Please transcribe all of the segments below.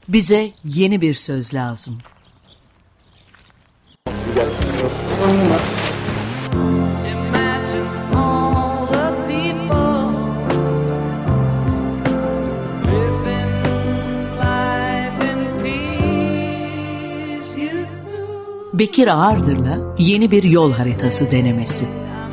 Bize yeni bir söz lazım. Bekir Ağırdır'la yeni bir yol haritası denemesi.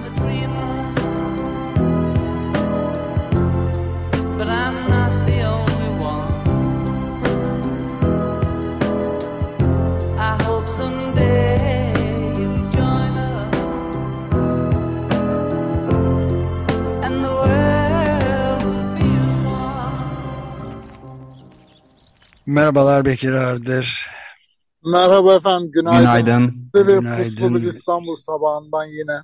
Merhabalar Bekir Ardır. Merhaba efendim, günaydın. Günaydın. Sisli ve puslu bir Günaydın. İstanbul sabahından yine.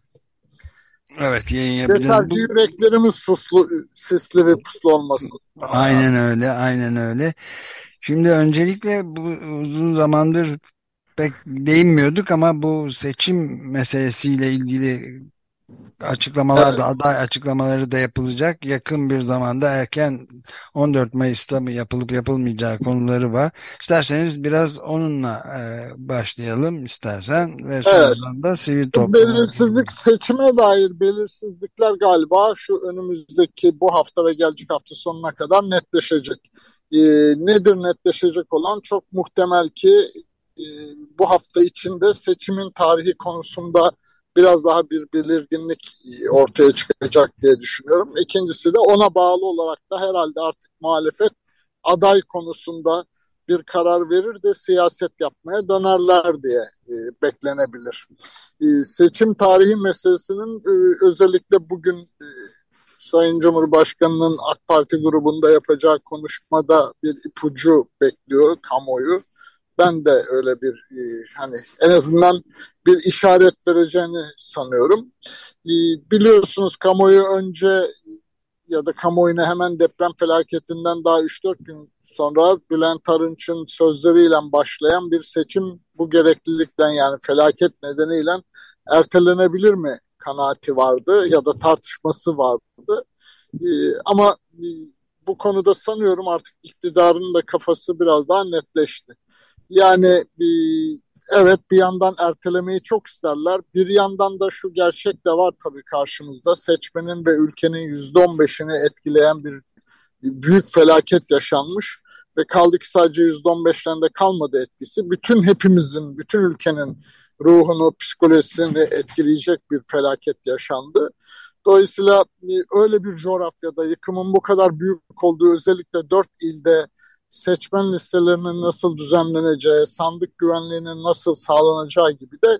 Evet, yayın yapacağız. Yeter ki yüreklerimiz sisli ve puslu olmasın. Aynen öyle, aynen öyle. Şimdi öncelikle bu uzun zamandır pek değinmiyorduk ama bu seçim meselesiyle ilgili açıklamalar da, Evet, aday açıklamaları da yapılacak. Yakın bir zamanda erken 14 Mayıs'ta mı yapılıp yapılmayacağı konuları var. İsterseniz biraz onunla başlayalım istersen ve evet. sonradan da sivil Bu topluma. seçime dair belirsizlikler galiba şu önümüzdeki bu hafta ve gelecek hafta sonuna kadar netleşecek. Ee, Nedir netleşecek olan? Çok muhtemel ki e, bu hafta içinde seçimin tarihi konusunda biraz daha bir belirginlik ortaya çıkacak diye düşünüyorum. İkincisi de ona bağlı olarak da herhalde artık muhalefet aday konusunda bir karar verir de siyaset yapmaya dönerler diye beklenebilir. Seçim tarihi meselesinin özellikle bugün Sayın Cumhurbaşkanı'nın AK Parti grubunda yapacağı konuşmada bir ipucu bekliyor kamuoyu. Ben de öyle bir hani en azından bir işaret vereceğini sanıyorum. Biliyorsunuz kamuoyu önce ya da kamuoyuna hemen deprem felaketinden daha 3-4 gün sonra Bülent Arınç'ın sözleriyle başlayan bir seçim bu gereklilikten yani felaket nedeniyle ertelenebilir mi kanaati vardı ya da tartışması vardı. Ama bu konuda sanıyorum artık iktidarın da kafası biraz daha netleşti. Yani evet bir yandan ertelemeyi çok isterler. Bir yandan da şu gerçek de var tabii karşımızda. Seçmenin ve ülkenin %15'ini etkileyen bir büyük felaket yaşanmış. Ve kaldı ki sadece %15'lerinde kalmadı etkisi. Bütün hepimizin, bütün ülkenin ruhunu, psikolojisini etkileyecek bir felaket yaşandı. Dolayısıyla öyle bir coğrafyada yıkımın bu kadar büyük olduğu özellikle 4 ilde seçmen listelerinin nasıl düzenleneceği, sandık güvenliğinin nasıl sağlanacağı gibi de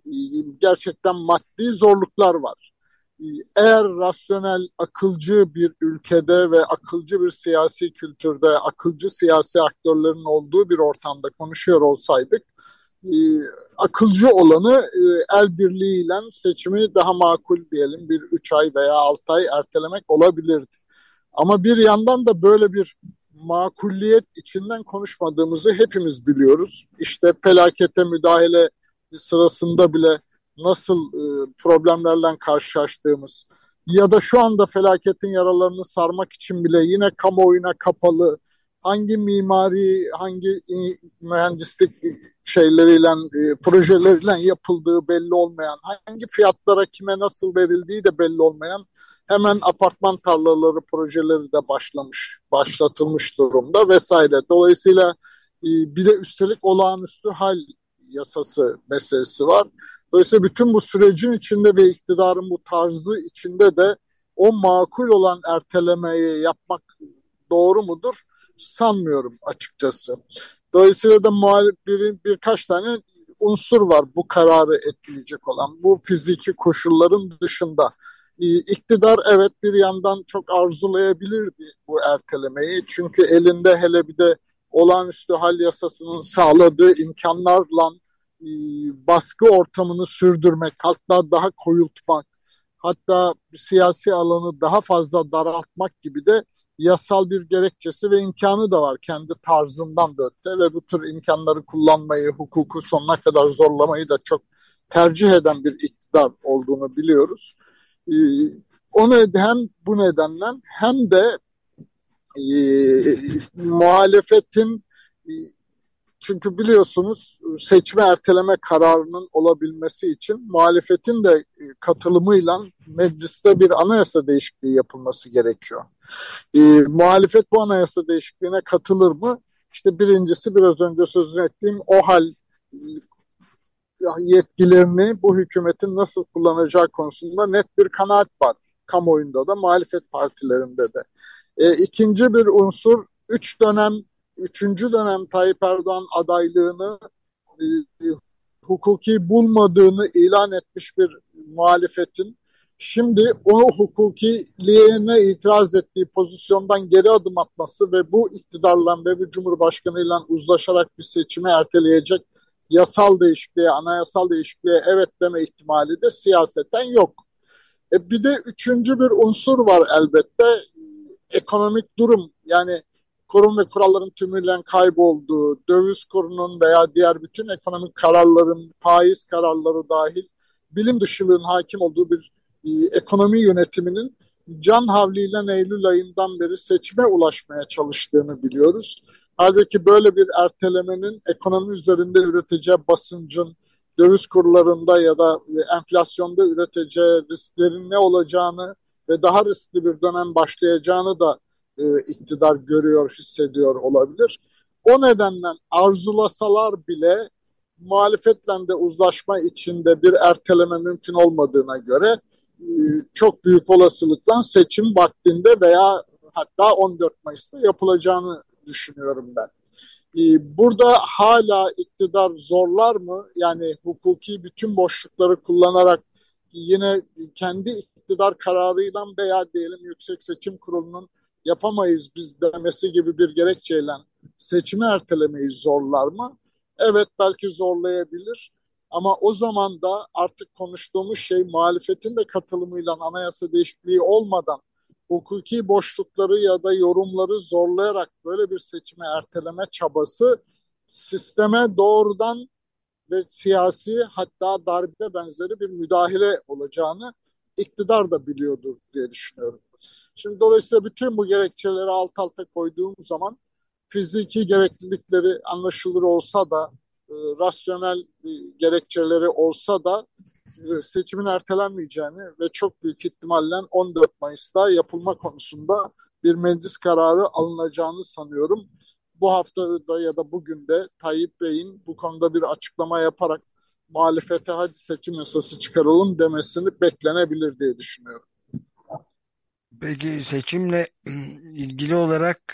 gerçekten maddi zorluklar var. Eğer rasyonel, akılcı bir ülkede ve akılcı bir siyasi kültürde, akılcı siyasi aktörlerin olduğu bir ortamda konuşuyor olsaydık, e, akılcı olanı el birliğiyle seçimi daha makul diyelim bir 3 ay veya 6 ay ertelemek olabilirdi. Ama bir yandan da böyle bir makulliyet içinden konuşmadığımızı hepimiz biliyoruz. İşte felakete müdahale sırasında bile nasıl problemlerle karşılaştığımız ya da şu anda felaketin yaralarını sarmak için bile yine kamuoyuna kapalı hangi mimari, hangi mühendislik şeyleriyle, projeleriyle yapıldığı belli olmayan, hangi fiyatlara kime nasıl verildiği de belli olmayan hemen apartman tarlaları projeleri de başlatılmış durumda vesaire. Dolayısıyla bir de üstelik olağanüstü hal yasası meselesi var. Dolayısıyla bütün bu sürecin içinde ve iktidarın bu tarzı içinde de o makul olan ertelemeyi yapmak doğru mudur? Sanmıyorum açıkçası. Dolayısıyla da muhaliflerin birkaç tane unsur var bu kararı etkileyecek olan. Bu fiziki koşulların dışında. İktidar evet bir yandan çok arzulayabilirdi bu ertelemeyi. Çünkü elinde hele bir de olağanüstü hal yasasının sağladığı imkanlarla baskı ortamını sürdürmek, hatta daha koyultmak, hatta siyasi alanı daha fazla daraltmak gibi de yasal bir gerekçesi ve imkanı da var kendi tarzından da öte ve bu tür imkanları kullanmayı, hukuku sonuna kadar zorlamayı da çok tercih eden bir iktidar olduğunu biliyoruz. Ee, hem bu nedenle hem de muhalefetin Çünkü biliyorsunuz seçme erteleme kararının olabilmesi için muhalefetin de katılımıyla mecliste bir anayasa değişikliği yapılması gerekiyor. Muhalefet bu anayasa değişikliğine katılır mı? İşte birincisi biraz önce sözünü ettiğim OHAL yetkilerini bu hükümetin nasıl kullanacağı konusunda net bir kanaat var. Kamuoyunda da muhalefet partilerinde de. İkinci bir unsur üçüncü dönem Tayyip Erdoğan adaylığını e, hukuki bulmadığını ilan etmiş bir muhalefetin şimdi o hukukiliğine itiraz ettiği pozisyondan geri adım atması ve bu iktidarla ve bu cumhurbaşkanıyla uzlaşarak bir seçimi erteleyecek yasal değişikliğe, anayasal değişikliğe evet deme ihtimali de siyaseten yok. Bir de üçüncü bir unsur var elbette. Ekonomik durum, yani kurum ve kuralların tümüyle kaybolduğu, döviz kurunun veya diğer bütün ekonomik kararların, faiz kararları dahil bilim dışılığın hakim olduğu bir ekonomi yönetiminin can havliyle Eylül ayından beri seçime ulaşmaya çalıştığını biliyoruz. Halbuki böyle bir ertelemenin ekonomi üzerinde üreteceği basıncın, döviz kurlarında ya da enflasyonda üreteceği risklerin ne olacağını ve daha riskli bir dönem başlayacağını da iktidar görüyor, hissediyor olabilir. O nedenle arzulasalar bile muhalefetle de uzlaşma içinde bir erteleme mümkün olmadığına göre çok büyük olasılıkla seçim vaktinde veya hatta 14 Mayıs'ta yapılacağını düşünüyorum ben. Burada hala iktidar zorlar mı? Yani hukuki bütün boşlukları kullanarak yine kendi iktidar kararıyla veya diyelim Yüksek Seçim Kurulu'nun yapamayız biz demesi gibi bir gerekçeyle seçimi ertelemeyi zorlar mı? Evet, belki zorlayabilir. Ama o zaman da artık konuştuğumuz şey muhalefetin de katılımıyla anayasa değişikliği olmadan hukuki boşlukları ya da yorumları zorlayarak böyle bir seçime erteleme çabası sisteme doğrudan ve siyasi hatta darbe benzeri bir müdahale olacağını iktidar da biliyordur diye düşünüyorum. Şimdi dolayısıyla bütün bu gerekçeleri alt alta koyduğum zaman fiziki gereklilikleri anlaşılır olsa da rasyonel gerekçeleri olsa da seçimin ertelenmeyeceğini ve çok büyük ihtimalle 14 Mayıs'ta yapılma konusunda bir meclis kararı alınacağını sanıyorum. Bu haftada ya da bugün de Tayyip Bey'in bu konuda bir açıklama yaparak muhalefete hadi seçim yasası çıkaralım demesini beklenebilir diye düşünüyorum. Peki seçimle ilgili olarak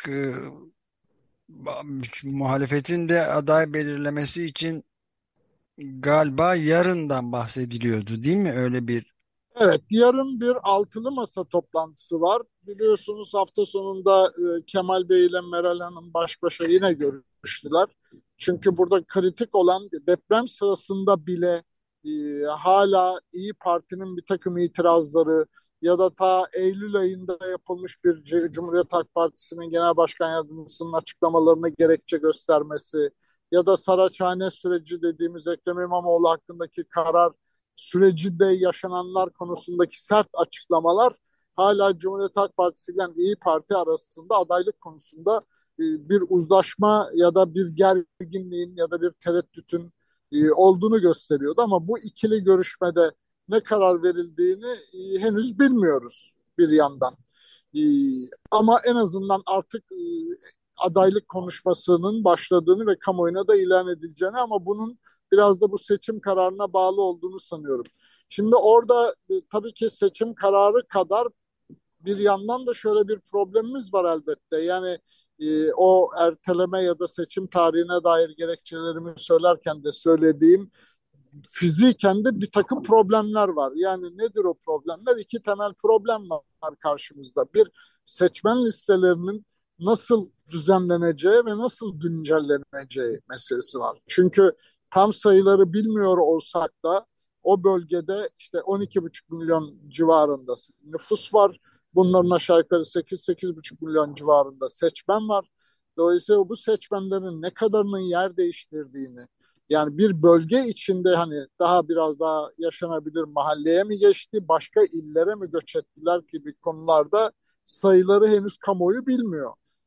muhalefetin de aday belirlemesi için galiba yarından bahsediliyordu, değil mi? Öyle bir Evet, yarın bir altılı masa toplantısı var. Biliyorsunuz hafta sonunda Kemal Bey ile Meral Hanım baş başa yine görüştüler. Çünkü burada kritik olan deprem sırasında bile hala İyi Parti'nin bir takım itirazları ya da ta Eylül ayında yapılmış bir Cumhuriyet Halk Partisi'nin Genel Başkan Yardımcısının açıklamalarına gerekçe göstermesi ya da Saraçhane süreci dediğimiz Ekrem İmamoğlu hakkındaki karar sürecinde yaşananlar konusundaki sert açıklamalar hala Cumhuriyet Halk Partisi ile İyi Parti arasında adaylık konusunda bir uzlaşma ya da bir gerginliğin ya da bir tereddütün olduğunu gösteriyordu. Ama bu ikili görüşmede ne karar verildiğini henüz bilmiyoruz bir yandan. E, Ama en azından artık adaylık konuşmasının başladığını ve kamuoyuna da ilan edileceğini ama bunun biraz da bu seçim kararına bağlı olduğunu sanıyorum. Şimdi orada tabii ki seçim kararı kadar bir yandan da şöyle bir problemimiz var elbette. Yani o erteleme ya da seçim tarihine dair gerekçelerimi söylerken de söylediğim fiziken de bir takım problemler var. Yani nedir o problemler? İki temel problem var karşımızda. Bir, seçmen listelerinin nasıl düzenleneceği ve nasıl güncelleneceği meselesi var. Çünkü tam sayıları bilmiyor olsak da o bölgede işte 12,5 milyon civarında nüfus var. Bunların aşağı yukarı 8-8,5 milyon civarında seçmen var. Dolayısıyla bu seçmenlerin ne kadarının yer değiştirdiğini, yani bir bölge içinde hani daha biraz daha yaşanabilir mahalleye mi geçti, başka illere mi göç ettiler gibi konularda sayıları henüz kamuoyu bilmiyor.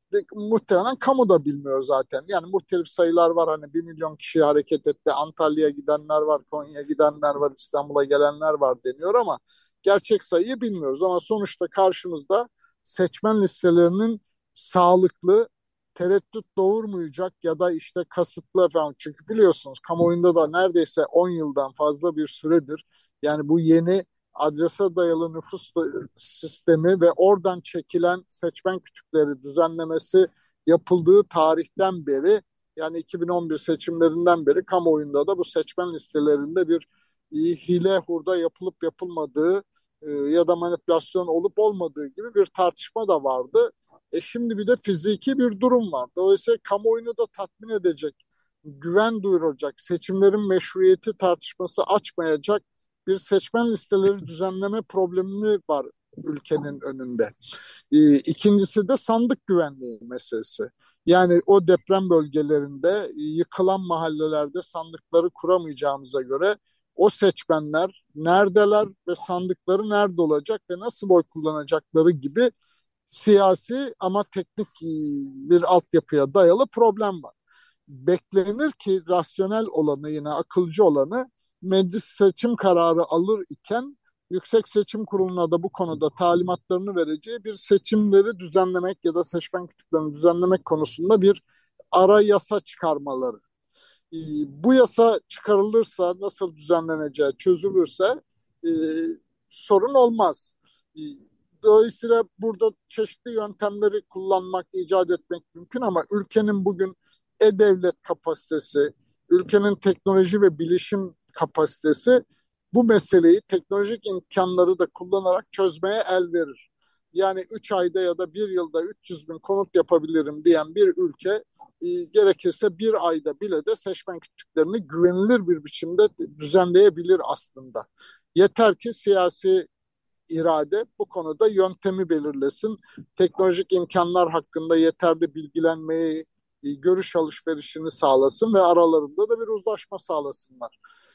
muhtemelen kamu da bilmiyor zaten. Yani muhtelif sayılar var, hani 1 milyon kişi hareket etti, Antalya'ya gidenler var, Konya'ya gidenler var, İstanbul'a gelenler var deniyor ama gerçek sayıyı bilmiyoruz. Ama sonuçta karşımızda seçmen listelerinin sağlıklı, tereddüt doğurmayacak ya da işte kasıtlı efendim. Çünkü biliyorsunuz kamuoyunda da neredeyse 10 yıldan fazla bir süredir, yani bu yeni adrese dayalı nüfus sistemi ve oradan çekilen seçmen kütükleri düzenlemesi yapıldığı tarihten beri, yani 2011 seçimlerinden beri kamuoyunda da bu seçmen listelerinde bir hile hurda yapılıp yapılmadığı ya da manipülasyon olup olmadığı gibi bir tartışma da vardı. Şimdi bir de fiziki bir durum var. Dolayısıyla kamuoyunu da tatmin edecek, güven duyuracak, seçimlerin meşruiyeti tartışması açmayacak bir seçmen listeleri düzenleme problemi var ülkenin önünde. İkincisi de sandık güvenliği meselesi. Yani o deprem bölgelerinde yıkılan mahallelerde sandıkları kuramayacağımıza göre o seçmenler neredeler ve sandıkları nerede olacak ve nasıl oy kullanacakları gibi siyasi ama teknik bir altyapıya dayalı problem var. Beklenir ki rasyonel olanı, yine akılcı olanı, meclis seçim kararı alır iken Yüksek Seçim Kurulu'na da bu konuda talimatlarını vereceği bir seçimleri düzenlemek ya da seçmen kütüklerini düzenlemek konusunda bir ara yasa çıkarmaları. Bu yasa çıkarılırsa, nasıl düzenleneceği çözülürse e, sorun olmaz. E, Dolayısıyla burada çeşitli yöntemleri kullanmak, icat etmek mümkün ama ülkenin bugün e-devlet kapasitesi, ülkenin teknoloji ve bilişim kapasitesi bu meseleyi teknolojik imkanları da kullanarak çözmeye el verir. Yani 3 ayda ya da 1 yılda 300 bin konut yapabilirim diyen bir ülke gerekirse 1 ayda bile de seçmen kütüklerini güvenilir bir biçimde düzenleyebilir aslında. Yeter ki siyasi irade bu konuda yöntemi belirlesin. Teknolojik imkanlar hakkında yeterli bilgilenmeyi, görüş alışverişini sağlasın ve aralarında da bir uzlaşma sağlasınlar.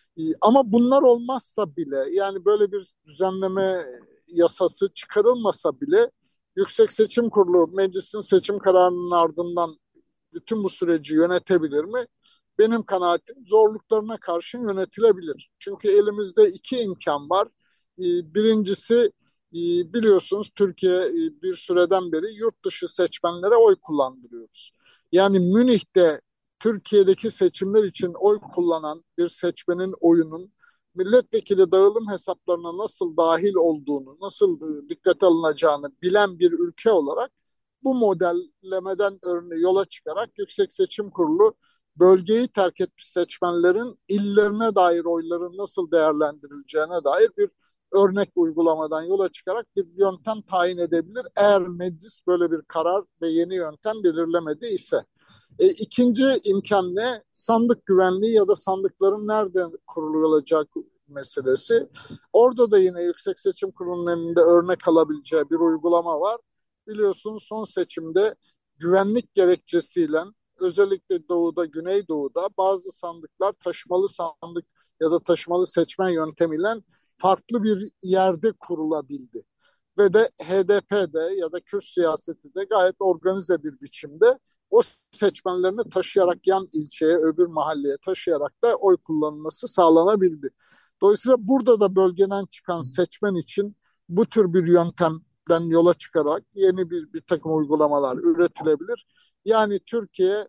Ama bunlar olmazsa bile, yani böyle bir düzenleme yasası çıkarılmasa bile Yüksek Seçim Kurulu meclisin seçim kararının ardından bütün bu süreci yönetebilir mi? Benim kanaatim zorluklarına karşın yönetilebilir. Çünkü elimizde iki imkan var. Birincisi, biliyorsunuz Türkiye bir süreden beri yurt dışı seçmenlere oy kullandırıyoruz. Yani Münih'te Türkiye'deki seçimler için oy kullanan bir seçmenin oyunun milletvekili dağılım hesaplarına nasıl dahil olduğunu, nasıl dikkate alınacağını bilen bir ülke olarak bu modellemeden örneği yola çıkarak Yüksek Seçim Kurulu bölgeyi terk etmiş seçmenlerin illerine dair oyların nasıl değerlendirileceğine dair bir örnek uygulamadan yola çıkarak bir yöntem tayin edebilir. Eğer meclis böyle bir karar ve yeni yöntem belirlemedi ise. İkinci imkan ne? Sandık güvenliği ya da sandıkların nerede kurulacak meselesi. Orada da yine Yüksek Seçim Kurulu'nun elinde örnek alabileceği bir uygulama var. Biliyorsunuz son seçimde güvenlik gerekçesiyle özellikle doğuda, güneydoğuda bazı sandıklar taşımalı sandık ya da taşımalı seçmen yöntemiyle farklı bir yerde kurulabildi. Ve de HDP'de ya da Kürt siyaseti de gayet organize bir biçimde o seçmenlerini taşıyarak yan ilçeye, öbür mahalleye taşıyarak da oy kullanılması sağlanabildi. Dolayısıyla burada da bölgeden çıkan seçmen için bu tür bir yöntemden yola çıkarak yeni bir takım uygulamalar üretilebilir. Yani Türkiye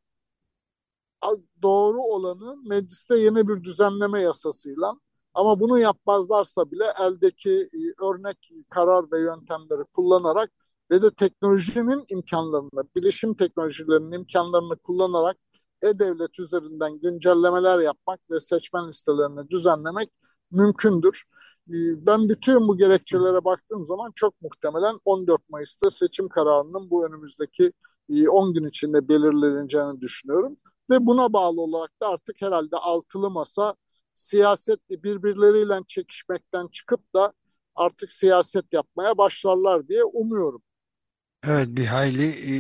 doğru olanı mecliste yeni bir düzenleme yasasıyla, ama bunu yapmazlarsa bile eldeki örnek karar ve yöntemleri kullanarak ve de teknolojinin imkanlarını, bilişim teknolojilerinin imkanlarını kullanarak e-devlet üzerinden güncellemeler yapmak ve seçmen listelerini düzenlemek mümkündür. Ben bütün bu gerekçelere baktığım zaman çok muhtemelen 14 Mayıs'ta seçim kararının bu önümüzdeki 10 gün içinde belirleneceğini düşünüyorum. Ve buna bağlı olarak da artık herhalde altılı masa siyasetle birbirleriyle çekişmekten çıkıp da artık siyaset yapmaya başlarlar diye umuyorum. Evet, bir hayli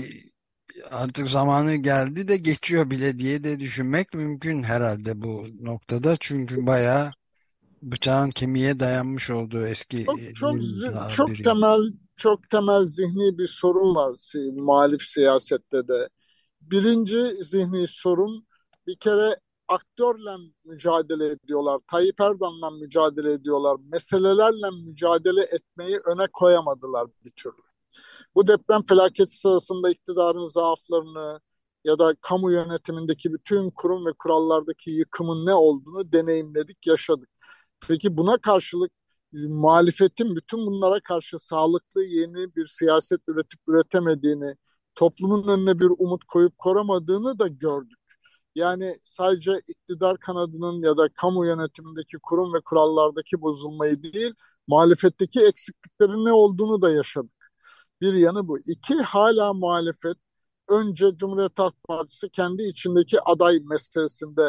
artık zamanı geldi de geçiyor bile diye de düşünmek mümkün herhalde bu noktada. Çünkü bayağı bıçağın kemiğe dayanmış olduğu Çok çok eskilerin çok tabiriyle. temel çok temel zihni bir sorun var muhalif siyasette de. Birinci zihni sorun, bir kere aktörle mücadele ediyorlar. Tayyip Erdoğan'la mücadele ediyorlar. Meselelerle mücadele etmeyi öne koyamadılar bir türlü. Bu deprem felaketi sırasında iktidarın zaaflarını ya da kamu yönetimindeki bütün kurum ve kurallardaki yıkımın ne olduğunu deneyimledik, yaşadık. Peki buna karşılık muhalefetin bütün bunlara karşı sağlıklı yeni bir siyaset üretip üretemediğini, toplumun önüne bir umut koyup koramadığını da gördük. Yani sadece iktidar kanadının ya da kamu yönetimindeki kurum ve kurallardaki bozulmayı değil, muhalefetteki eksikliklerin ne olduğunu da yaşadık. Bir yanı bu. İki, hala muhalefet önce Cumhuriyet Halk Partisi kendi içindeki aday meselesinde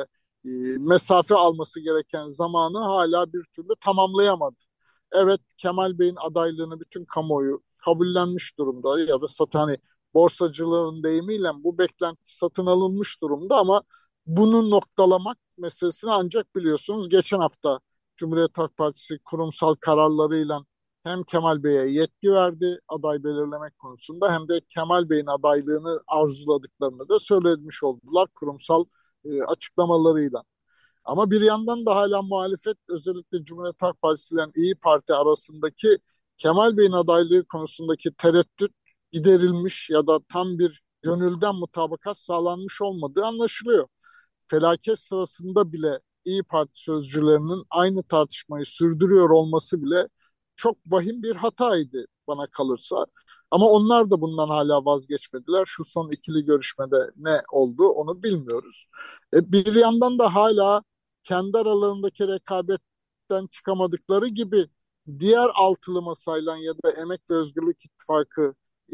mesafe alması gereken zamanı hala bir türlü tamamlayamadı. Evet, Kemal Bey'in adaylığını bütün kamuoyu kabullenmiş durumda ya da hani borsacıların deyimiyle bu beklenti satın alınmış durumda, ama bunu noktalamak meselesini ancak biliyorsunuz geçen hafta Cumhuriyet Halk Partisi kurumsal kararlarıyla hem Kemal Bey'e yetki verdi aday belirlemek konusunda, hem de Kemal Bey'in adaylığını arzuladıklarını da söylemiş oldular kurumsal açıklamalarıyla. Ama bir yandan da hala muhalefet, özellikle Cumhuriyet Halk Partisi ile İyi Parti arasındaki Kemal Bey'in adaylığı konusundaki tereddüt giderilmiş ya da tam bir gönülden mutabakat sağlanmış olmadığı anlaşılıyor. Felaket sırasında bile İyi Parti sözcülerinin aynı tartışmayı sürdürüyor olması bile çok vahim bir hataydı bana kalırsa. Ama onlar da bundan hala vazgeçmediler. Şu son ikili görüşmede ne oldu onu bilmiyoruz. Bir yandan da hala kendi aralarındaki rekabetten çıkamadıkları gibi diğer altılı masayla ya da Emek ve Özgürlük İttifakı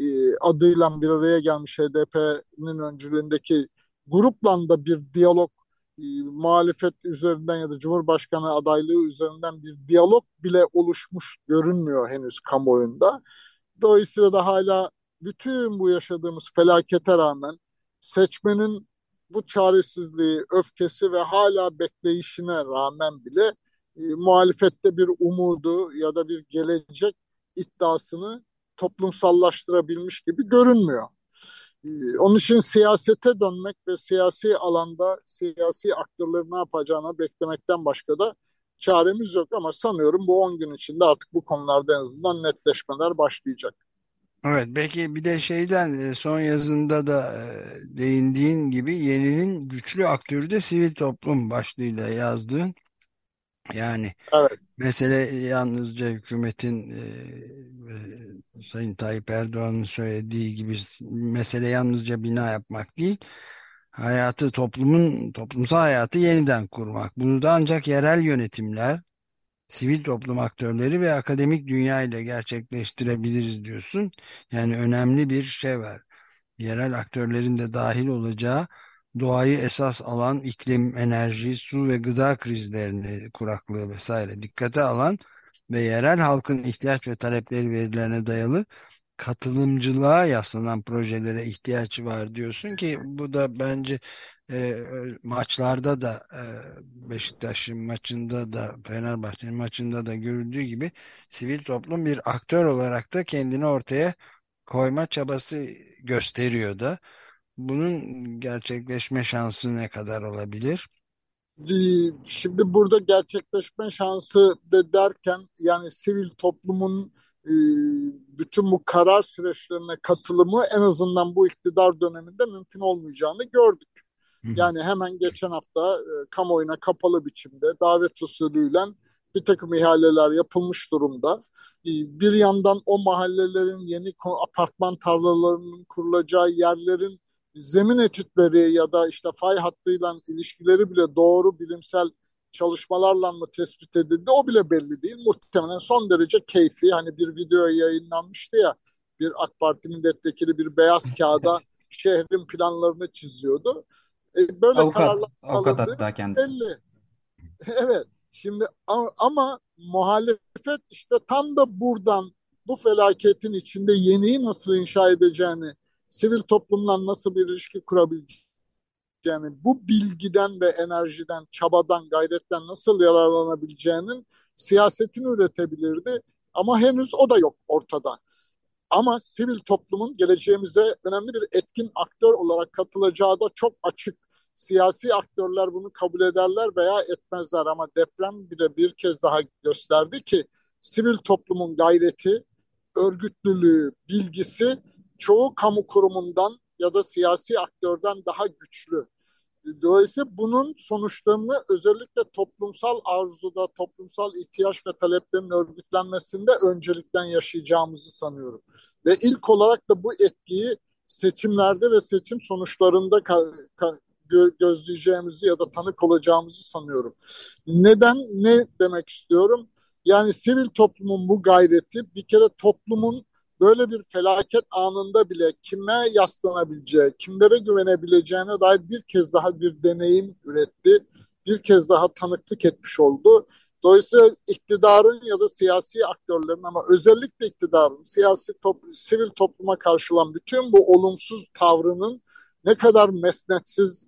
adıyla bir araya gelmiş HDP'nin öncülüğündeki grupla da bir diyalog, muhalefet üzerinden ya da Cumhurbaşkanı adaylığı üzerinden bir diyalog bile oluşmuş görünmüyor henüz kamuoyunda. Dolayısıyla da hala bütün bu yaşadığımız felakete rağmen seçmenin bu çaresizliği, öfkesi ve hala bekleyişine rağmen bile muhalefette bir umudu ya da bir gelecek iddiasını toplumsallaştırabilmiş gibi görünmüyor. Onun için siyasete dönmek ve siyasi alanda siyasi aktörlerin ne yapacağını beklemekten başka da çaremiz yok. Ama sanıyorum bu 10 gün içinde artık bu konularda en azından netleşmeler başlayacak. Evet, belki bir de şeyden son yazında da değindiğin gibi yeninin güçlü aktörü de sivil toplum başlığıyla yazdığın, yani Evet, mesele yalnızca hükümetin Sayın Tayyip Erdoğan'ın söylediği gibi mesele yalnızca bina yapmak değil, hayatı, toplumsal hayatı yeniden kurmak. Bunu da ancak yerel yönetimler, sivil toplum aktörleri ve akademik dünya ile gerçekleştirebiliriz diyorsun. Yani önemli bir şey var. Yerel aktörlerin de dahil olacağı, doğayı esas alan, iklim, enerji, su ve gıda krizlerini, kuraklığı vesaire dikkate alan ve yerel halkın ihtiyaç ve talepleri verilerine dayalı katılımcılığa yaslanan projelere ihtiyaç var diyorsun ki bu da bence maçlarda da Beşiktaş'ın maçında da Fenerbahçe'nin maçında da görüldüğü gibi sivil toplum bir aktör olarak da kendini ortaya koyma çabası gösteriyor da. Bunun gerçekleşme şansı ne kadar olabilir? Şimdi burada gerçekleşme şansı de derken yani sivil toplumun e, bütün bu karar süreçlerine katılımı en azından bu iktidar döneminde mümkün olmayacağını gördük. Hı hı. Yani hemen geçen hafta kamuoyuna kapalı biçimde davet usulüyle bir takım ihaleler yapılmış durumda. Bir yandan o mahallelerin yeni apartman tarlalarının kurulacağı yerlerin zemin etütleri ya da işte fay hattıyla ilişkileri bile doğru bilimsel çalışmalarla mı tespit edildi o bile belli değil. Muhtemelen son derece keyfi, hani bir video yayınlanmıştı ya, bir AK Parti milletvekili bir beyaz kağıda şehrin planlarını çiziyordu. Böyle Avukat, kararlar avukat alındığı hatta kendisi. belli. Evet. Şimdi ama muhalefet işte tam da buradan, bu felaketin içinde yeniyi nasıl inşa edeceğini, sivil toplumla nasıl bir ilişki kurabileceğini, bu bilgiden ve enerjiden, çabadan, gayretten nasıl yararlanabileceğinin siyasetini üretebilirdi. Ama henüz o da yok ortada. Ama sivil toplumun geleceğimize önemli bir etkin aktör olarak katılacağı da çok açık. Siyasi aktörler bunu kabul ederler veya etmezler ama deprem bile bir kez daha gösterdi ki sivil toplumun gayreti, örgütlülüğü, bilgisi çoğu kamu kurumundan ya da siyasi aktörden daha güçlü. Dolayısıyla bunun sonuçlarını özellikle toplumsal arzuda, toplumsal ihtiyaç ve taleplerin örgütlenmesinde öncelikten yaşayacağımızı sanıyorum. Ve ilk olarak da bu etkiyi seçimlerde ve seçim sonuçlarında gözleyeceğimizi ya da tanık olacağımızı sanıyorum. Neden? Ne demek istiyorum? Yani sivil toplumun bu gayreti bir kere toplumun böyle bir felaket anında bile kime yaslanabileceği, kimlere güvenebileceğine dair bir kez daha bir deneyim üretti. Bir kez daha tanıklık etmiş oldu. Dolayısıyla iktidarın ya da siyasi aktörlerin ama özellikle iktidarın sivil topluma karşı olan bütün bu olumsuz tavrının ne kadar mesnetsiz,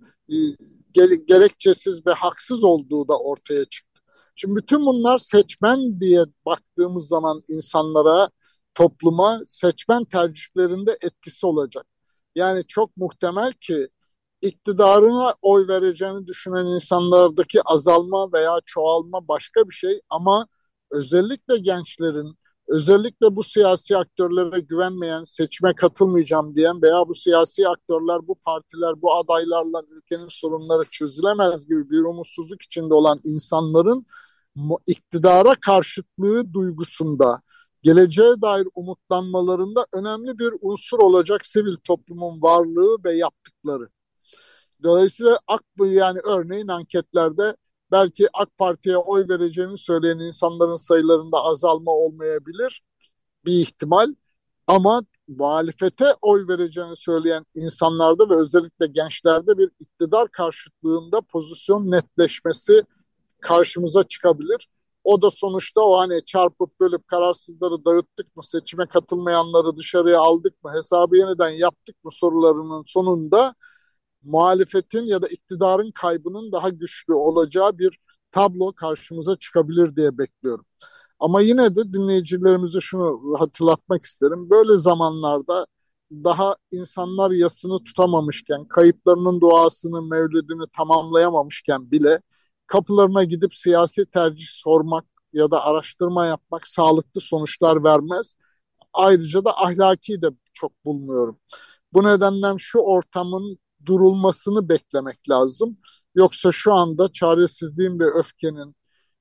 gerekçesiz ve haksız olduğu da ortaya çıktı. Şimdi bütün bunlar seçmen diye baktığımız zaman insanlara, topluma seçmen tercihlerinde etkisi olacak. Yani çok muhtemel ki iktidarına oy vereceğini düşünen insanlardaki azalma veya çoğalma başka bir şey ama özellikle gençlerin, özellikle bu siyasi aktörlere güvenmeyen, seçime katılmayacağım diyen veya bu siyasi aktörler, bu partiler, bu adaylarla ülkenin sorunları çözülemez gibi bir umutsuzluk içinde olan insanların iktidara karşıtlığı duygusunda, geleceğe dair umutlanmalarında önemli bir unsur olacak sivil toplumun varlığı ve yaptıkları. Dolayısıyla yani örneğin anketlerde belki AK Parti'ye oy vereceğini söyleyen insanların sayılarında azalma olmayabilir bir ihtimal. Ama muhalefete oy vereceğini söyleyen insanlarda ve özellikle gençlerde bir iktidar karşıtlığında pozisyon netleşmesi karşımıza çıkabilir. O da sonuçta o hani çarpıp bölüp kararsızları dağıttık mı, seçime katılmayanları dışarıya aldık mı, hesabı yeniden yaptık mı sorularının sonunda muhalefetin ya da iktidarın kaybının daha güçlü olacağı bir tablo karşımıza çıkabilir diye bekliyorum. Ama yine de dinleyicilerimize şunu hatırlatmak isterim. Böyle zamanlarda daha insanlar yasını tutamamışken, kayıplarının duasını, mevlidini tamamlayamamışken bile kapılarına gidip siyasi tercih sormak ya da araştırma yapmak sağlıklı sonuçlar vermez. Ayrıca da ahlaki de çok bulmuyorum. Bu nedenden şu ortamın durulmasını beklemek lazım. Yoksa şu anda çaresizliğin ve öfkenin,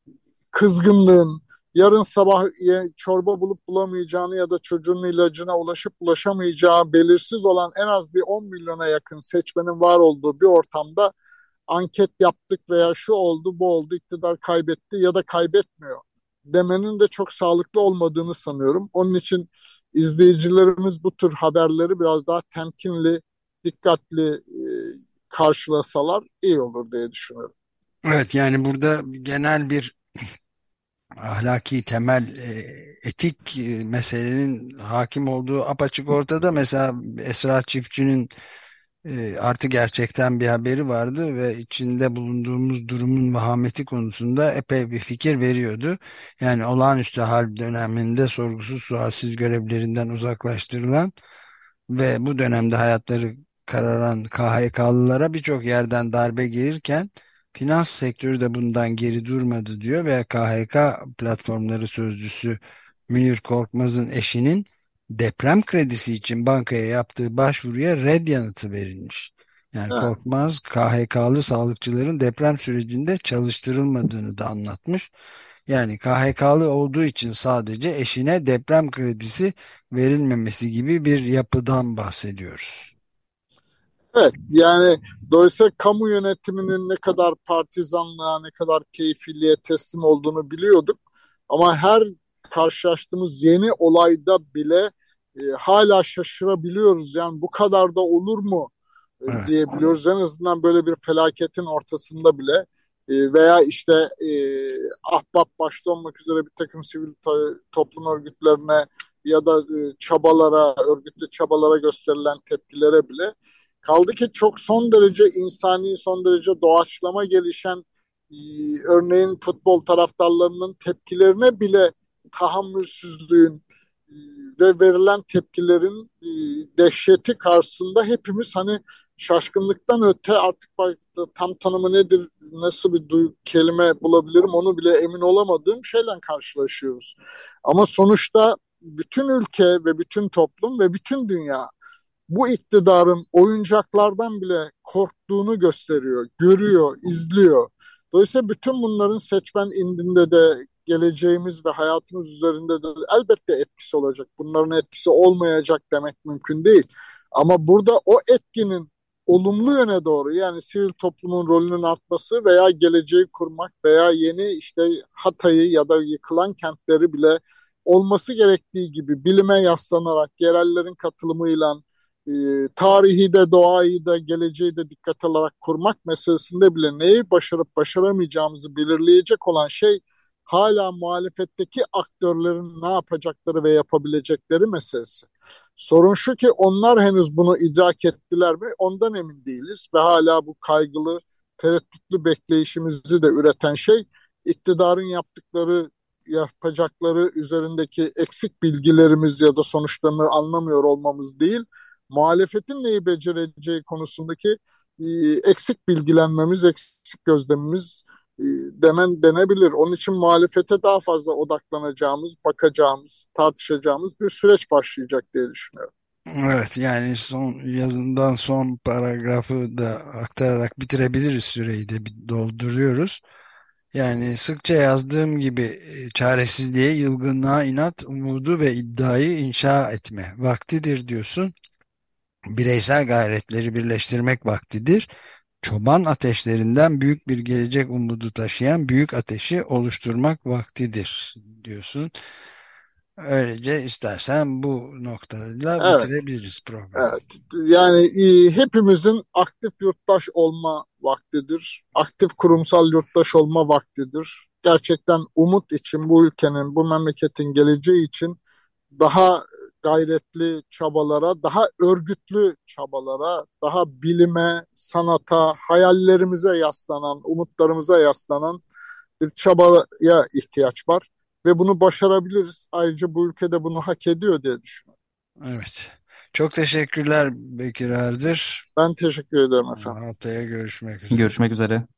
kızgınlığın, yarın sabah çorba bulup bulamayacağını ya da çocuğun ilacına ulaşıp ulaşamayacağı belirsiz olan en az bir 10 milyona yakın seçmenin var olduğu bir ortamda anket yaptık veya şu oldu bu oldu iktidar kaybetti ya da kaybetmiyor demenin de çok sağlıklı olmadığını sanıyorum. Onun için izleyicilerimiz bu tür haberleri biraz daha temkinli, dikkatli karşılasalar iyi olur diye düşünüyorum. Evet, yani burada genel bir ahlaki temel etik meselenin hakim olduğu apaçık ortada. Mesela Esra Çiftçi'nin artı gerçekten bir haberi vardı ve içinde bulunduğumuz durumun vahameti konusunda epey bir fikir veriyordu. Yani olağanüstü hal döneminde sorgusuz sualsiz görevlerinden uzaklaştırılan ve bu dönemde hayatları kararan KHK'lılara birçok yerden darbe gelirken finans sektörü de bundan geri durmadı diyor ve KHK platformları sözcüsü Münir Korkmaz'ın eşinin deprem kredisi için bankaya yaptığı başvuruya red yanıtı verilmiş. Yani Evet. Korkmaz KHK'lı sağlıkçıların deprem sürecinde çalıştırılmadığını da anlatmış. Yani KHK'lı olduğu için sadece eşine deprem kredisi verilmemesi gibi bir yapıdan bahsediyoruz. Evet, yani dolayısıyla kamu yönetiminin ne kadar partizanlığa, ne kadar keyfiliğe teslim olduğunu biliyorduk. Ama her karşılaştığımız yeni olayda bile hala şaşırabiliyoruz. Yani bu kadar da olur mu Evet. diyebiliyoruz. En azından böyle bir felaketin ortasında bile veya işte Ahbap başta olmak üzere bir takım sivil toplum örgütlerine ya da çabalara, örgütlü çabalara gösterilen tepkilere bile kaldı ki çok son derece insani, son derece doğaçlama gelişen e, örneğin futbol taraftarlarının tepkilerine bile tahammülsüzlüğün ve verilen tepkilerin dehşeti karşısında hepimiz hani şaşkınlıktan öte artık tam tanımı nedir, nasıl bir kelime bulabilirim onu bile emin olamadığım şeyle karşılaşıyoruz. Ama sonuçta bütün ülke ve bütün toplum ve bütün dünya bu iktidarın oyuncaklardan bile korktuğunu gösteriyor, görüyor, izliyor. Dolayısıyla bütün bunların seçmen indinde de geleceğimiz ve hayatımız üzerinde de elbette etkisi olacak. Bunların etkisi olmayacak demek mümkün değil. Ama burada o etkinin olumlu yöne doğru yani sivil toplumun rolünün artması veya geleceği kurmak veya yeni işte Hatay'ı ya da yıkılan kentleri bile olması gerektiği gibi bilime yaslanarak yerellerin katılımıyla tarihi de doğayı da geleceği de dikkat alarak kurmak meselesinde bile neyi başarıp başaramayacağımızı belirleyecek olan şey hala muhalefetteki aktörlerin ne yapacakları ve yapabilecekleri meselesi. Sorun şu ki onlar henüz bunu idrak ettiler mi ondan emin değiliz ve hala bu kaygılı, tereddütlü bekleyişimizi de üreten şey iktidarın yapacakları üzerindeki eksik bilgilerimiz ya da sonuçlarını anlamıyor olmamız değil, muhalefetin neyi becereceği konusundaki eksik bilgilenmemiz, eksik gözlemimiz denebilir. Onun için muhalefete daha fazla odaklanacağımız, bakacağımız, tartışacağımız bir süreç başlayacak diye düşünüyorum. Evet, yani son yazından son paragrafı da aktararak bitirebiliriz, süreyi de dolduruyoruz. Yani sıkça yazdığım gibi çaresizliğe, yılgınlığa inat, umudu ve iddiayı inşa etme vaktidir diyorsun. Bireysel gayretleri birleştirmek vaktidir. Çoban ateşlerinden büyük bir gelecek umudu taşıyan büyük ateşi oluşturmak vaktidir diyorsun. Öylece istersen bu noktalarla Evet, bitirebiliriz programı. evet. Yani hepimizin aktif yurttaş olma vaktidir. Aktif kurumsal yurttaş olma vaktidir. Gerçekten umut için bu ülkenin, bu memleketin geleceği için daha gayretli çabalara, daha örgütlü çabalara, daha bilime, sanata, hayallerimize yaslanan, umutlarımıza yaslanan bir çabaya ihtiyaç var. Ve bunu başarabiliriz. Ayrıca bu ülkede bunu hak ediyor diye düşünüyorum. Evet. Çok teşekkürler Bekir Ardır. Ben teşekkür ederim efendim. Haftaya görüşmek üzere. Görüşmek üzere.